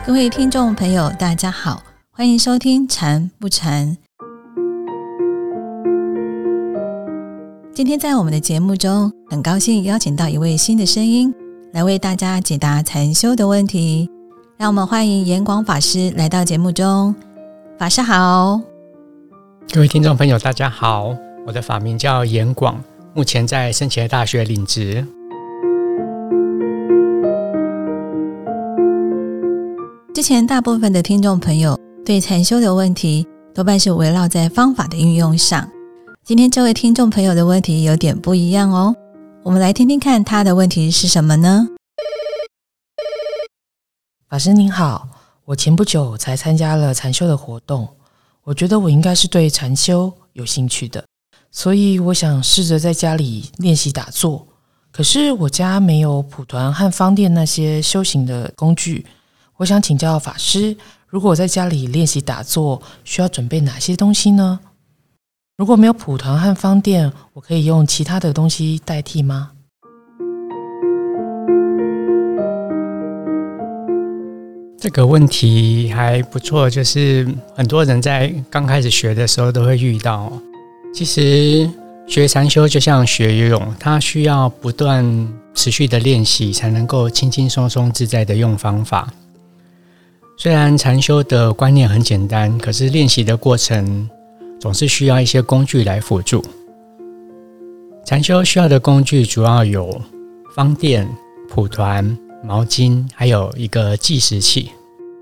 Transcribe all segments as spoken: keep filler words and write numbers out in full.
各位听众朋友大家好，欢迎收听禅不禅。今天在我们的节目中，很高兴邀请到一位新的声音来为大家解答禅修的问题。让我们欢迎延广法师来到节目中。法师好。 各位听众朋友大家好，我的法名叫延广，目前在圣贤大学领职。 之前大部分的听众朋友对禅修的问题多半是围绕在方法的运用上，今天这位听众朋友的问题有点不一样哦，我们来听听看他的问题是什么呢？ 法师您好，我前不久才参加了禅修的活动，我觉得我应该是对禅修有兴趣的，所以我想试着在家里练习打坐。可是我家没有蒲团和方便那些修行的工具，我想请教法师，如果我在家里练习打坐，需要准备哪些东西呢？如果没有蒲团和方便，我可以用其他的东西代替吗？ 这个问题还不错，就是很多人在刚开始学的时候都会遇到。其实学禅修就像学游泳，它需要不断持续的练习，才能够轻轻松松自在的用方法。虽然禅修的观念很简单，可是练习的过程总是需要一些工具来辅助。禅修需要的工具主要有方垫、蒲团、毛巾，还有一个计时器。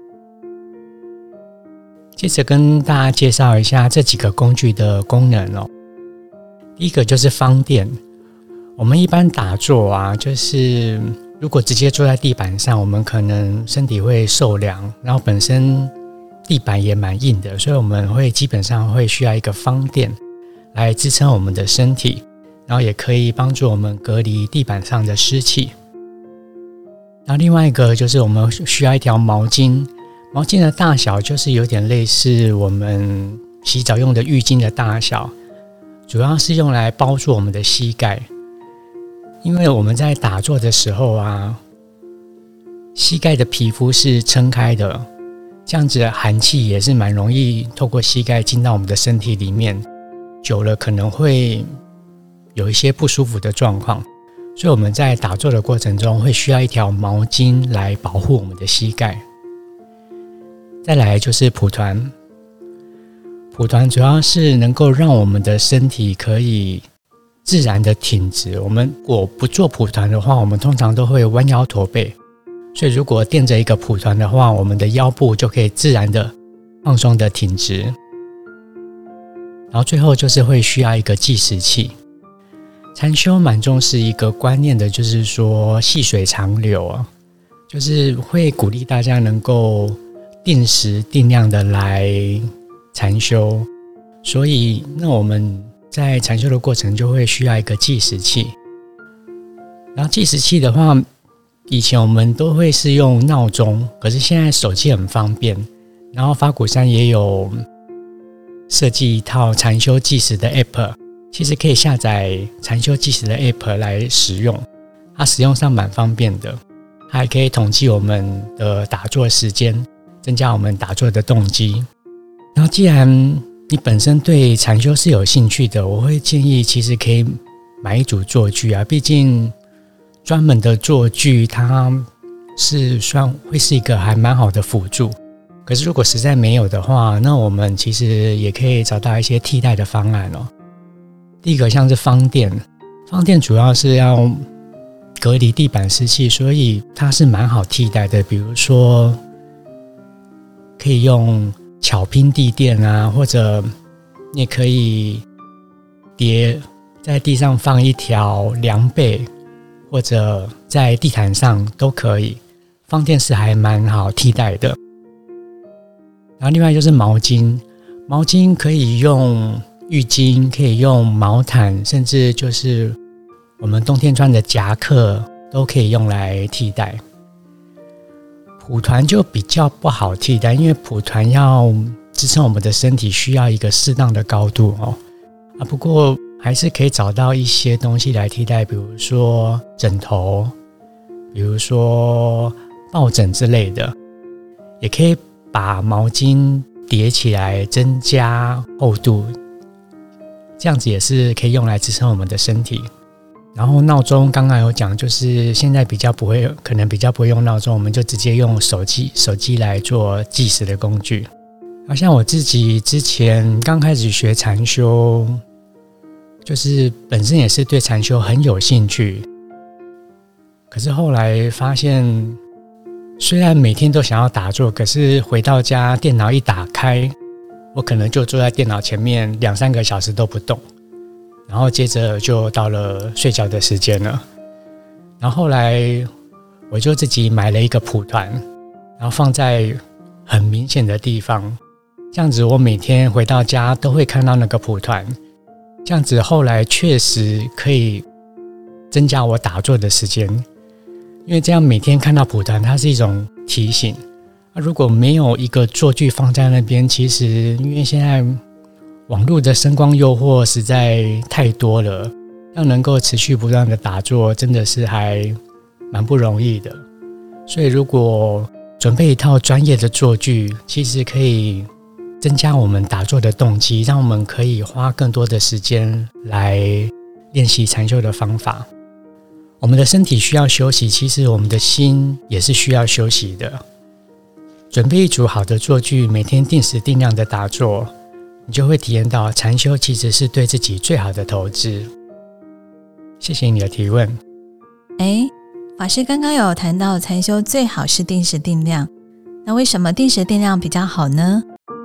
接着跟大家介绍一下这几个工具的功能哦。第一个就是方垫，我们一般打坐啊，就是如果直接坐在地板上，我们可能身体会受凉，然后本身地板也蛮硬的，所以我们会基本上会需要一个方垫来支撑我们的身体，然后也可以帮助我们隔离地板上的湿气。然后另外一个就是我们需要一条毛巾，毛巾的大小就是有点类似我们洗澡用的浴巾的大小，主要是用来包住我们的膝盖。因为我们在打坐的时候啊，膝盖的皮肤是撑开的，这样子的寒气也是蛮容易透过膝盖进到我们的身体里面，久了可能会有一些不舒服的状况，所以我们在打坐的过程中会需要一条毛巾来保护我们的膝盖。再来就是蒲团，蒲团主要是能够让我们的身体可以自然的挺直，我们如果不做蒲团的话，我们通常都会弯腰驼背，所以如果垫着一个蒲团的话，我们的腰部就可以自然的放松的挺直。然后最后就是会需要一个计时器。禅修蛮重视一个观念的，就是说细水长流啊，就是会鼓励大家能够定时定量的来禅修，所以那我们在禅修的过程就会需要一个计时器。然后计时器的话，以前我们都会是用闹钟，可是现在手机很方便，然后法鼓山也有设计一套禅修计时的 app， 其实可以下载禅修计时的 app 来使用，它使用上蛮方便的，它还可以统计我们的打坐时间，增加我们打坐的动机。然后既然你本身对禅修是有兴趣的，我会建议其实可以买一组坐具啊，毕竟专门的坐具它是算会是一个还蛮好的辅助。可是如果实在没有的话，那我们其实也可以找到一些替代的方案哦。第一个像是方垫，方垫主要是要隔离地板湿气，所以它是蛮好替代的。比如说可以用巧拼地垫啊，或者你也可以叠在地上放一条凉被，或者在地毯上都可以，方垫是还蛮好替代的。然后另外就是毛巾，毛巾可以用浴巾，可以用毛毯，甚至就是我们冬天穿的夹克都可以用来替代。蒲团就比较不好替代，因为蒲团要支撑我们的身体需要一个适当的高度哦。啊，不过还是可以找到一些东西来替代，比如说枕头，比如说抱枕之类的。 也可以把毛巾叠起来增加厚度，这样子也是可以用来支撑我们的身体。然后闹钟刚刚有讲，就是现在比较不会，可能比较不会用闹钟，我们就直接用手机手机来做计时的工具。好像我自己之前刚开始学禅修，就是本身也是对禅修很有兴趣，可是后来发现，虽然每天都想要打坐，可是回到家电脑一打开，我可能就坐在电脑前面两三个小时都不动，然后接着就到了睡觉的时间了。然后后来我就自己买了一个蒲团，然后放在很明显的地方，这样子我每天回到家都会看到那个蒲团，这样子后来确实可以增加我打坐的时间，因为这样每天看到蒲团，它是一种提醒。如果没有一个坐具放在那边，其实因为现在网络的声光诱惑实在太多了，要能够持续不断的打坐，真的是还蛮不容易的。所以如果准备一套专业的坐具，其实可以增加我们打坐的动机，让我们可以花更多的时间来练习禅修的方法。我们的身体需要休息，其实我们的心也是需要休息的。准备一组好的坐具，每天定时定量的打坐，你就会体验到禅修其实是对自己最好的投资。谢谢你的提问。 诶，法师刚刚有谈到禅修最好是定时定量，那为什么定时定量比较好呢？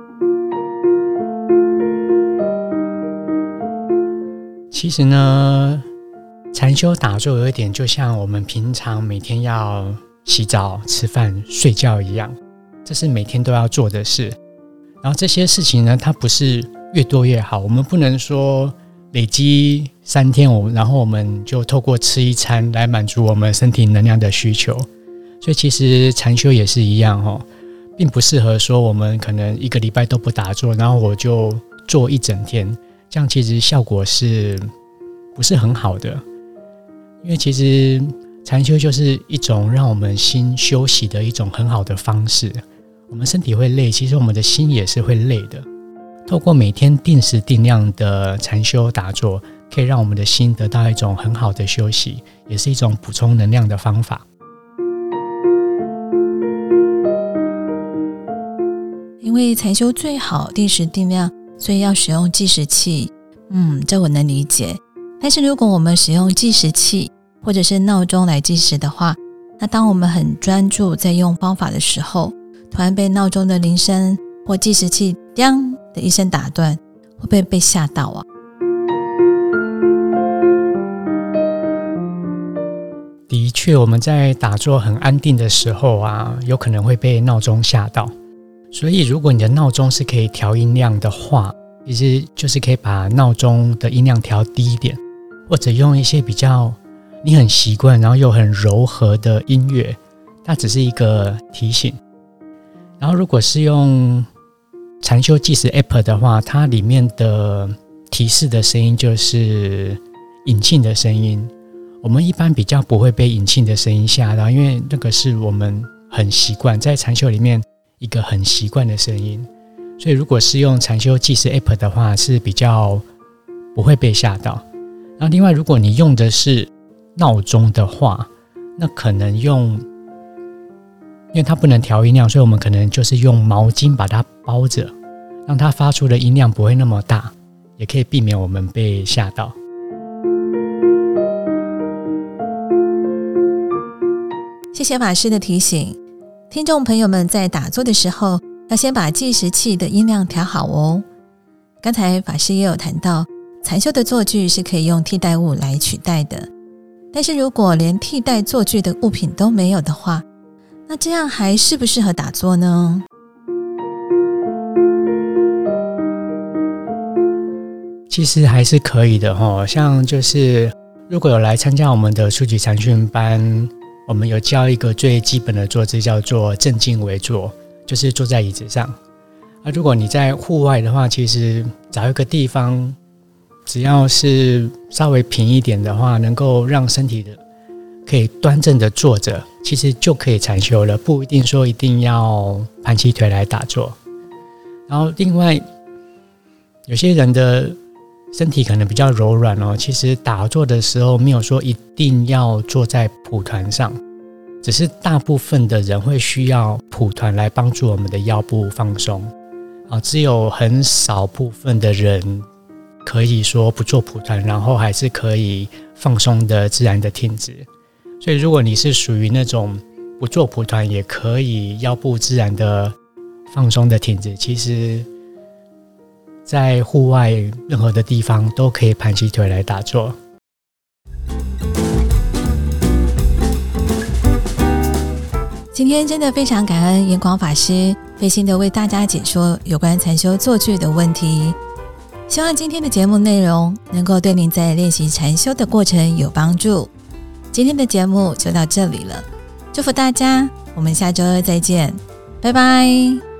其实呢，禅修打坐有一点就像我们平常每天要洗澡、吃饭、睡觉一样，这是每天都要做的事。然后这些事情呢，它不是越多越好，我们不能说累积三天，然后我们就透过吃一餐来满足我们身体能量的需求。所以其实禅修也是一样哦，并不适合说我们可能一个礼拜都不打坐，然后我就做一整天，这样其实效果是不是很好的。因为其实禅修就是一种让我们心休息的一种很好的方式。我们身体会累，其实我们的心也是会累的。透过每天定时定量的禅修打坐，可以让我们的心得到一种很好的休息，也是一种补充能量的方法。 因为禅修最好定时定量，所以要使用计时器。嗯，这我能理解。但是如果我们使用计时器或者是闹钟来计时的话，那当我们很专注在用方法的时候，突然被闹钟的铃声或计时器叮的一声打断，会不会被吓到啊？ 的确，我们在打坐很安定的时候啊，有可能会被闹钟吓到。所以如果你的闹钟是可以调音量的话，其实就是可以把闹钟的音量调低一点，或者用一些比较你很习惯然后又很柔和的音乐，它只是一个提醒。然后如果是用禅修计时 App 的话，它里面的提示的声音就是引磬的声音。我们一般比较不会被引磬的声音吓到，因为那个是我们很习惯，在禅修里面一个很习惯的声音。所以如果是用禅修计时 App 的话，是比较不会被吓到。然后另外，如果你用的是闹钟的话，那可能用因为它不能调音量，所以我们可能就是用毛巾把它包着，让它发出的音量不会那么大，也可以避免我们被吓到。 谢谢法师的提醒，听众朋友们在打坐的时候要先把计时器的音量调好哦。刚才法师也有谈到，禅修的坐具是可以用替代物来取代的，但是如果连替代坐具的物品都没有的话，那这样还适不适合打坐呢？ 其实还是可以的齁，像就是如果有来参加我们的初级禅训班，我们有教一个最基本的坐姿叫做正襟危坐，就是坐在椅子上。啊，如果你在户外的话，其实找一个地方，只要是稍微平一点的话，能够让身体的可以端正的坐着， 其实就可以禅修了，不一定说一定要盘起腿来打坐。然后另外有些人的身体可能比较柔软哦，其实打坐的时候没有说一定要坐在蒲团上，只是大部分的人会需要蒲团来帮助我们的腰部放松啊，只有很少部分的人可以说不做蒲团，然后还是可以放松的自然的挺直。所以如果你是属于那种不做蒲团也可以腰部自然的放松的挺直，其实在户外任何的地方都可以盘起腿来打坐。 今天真的非常感恩延广法师费心的为大家解说有关禅修坐具的问题，希望今天的节目内容能够对您在练习禅修的过程有帮助。今天的节目就到这里了，祝福大家，我们下周二再见，拜拜。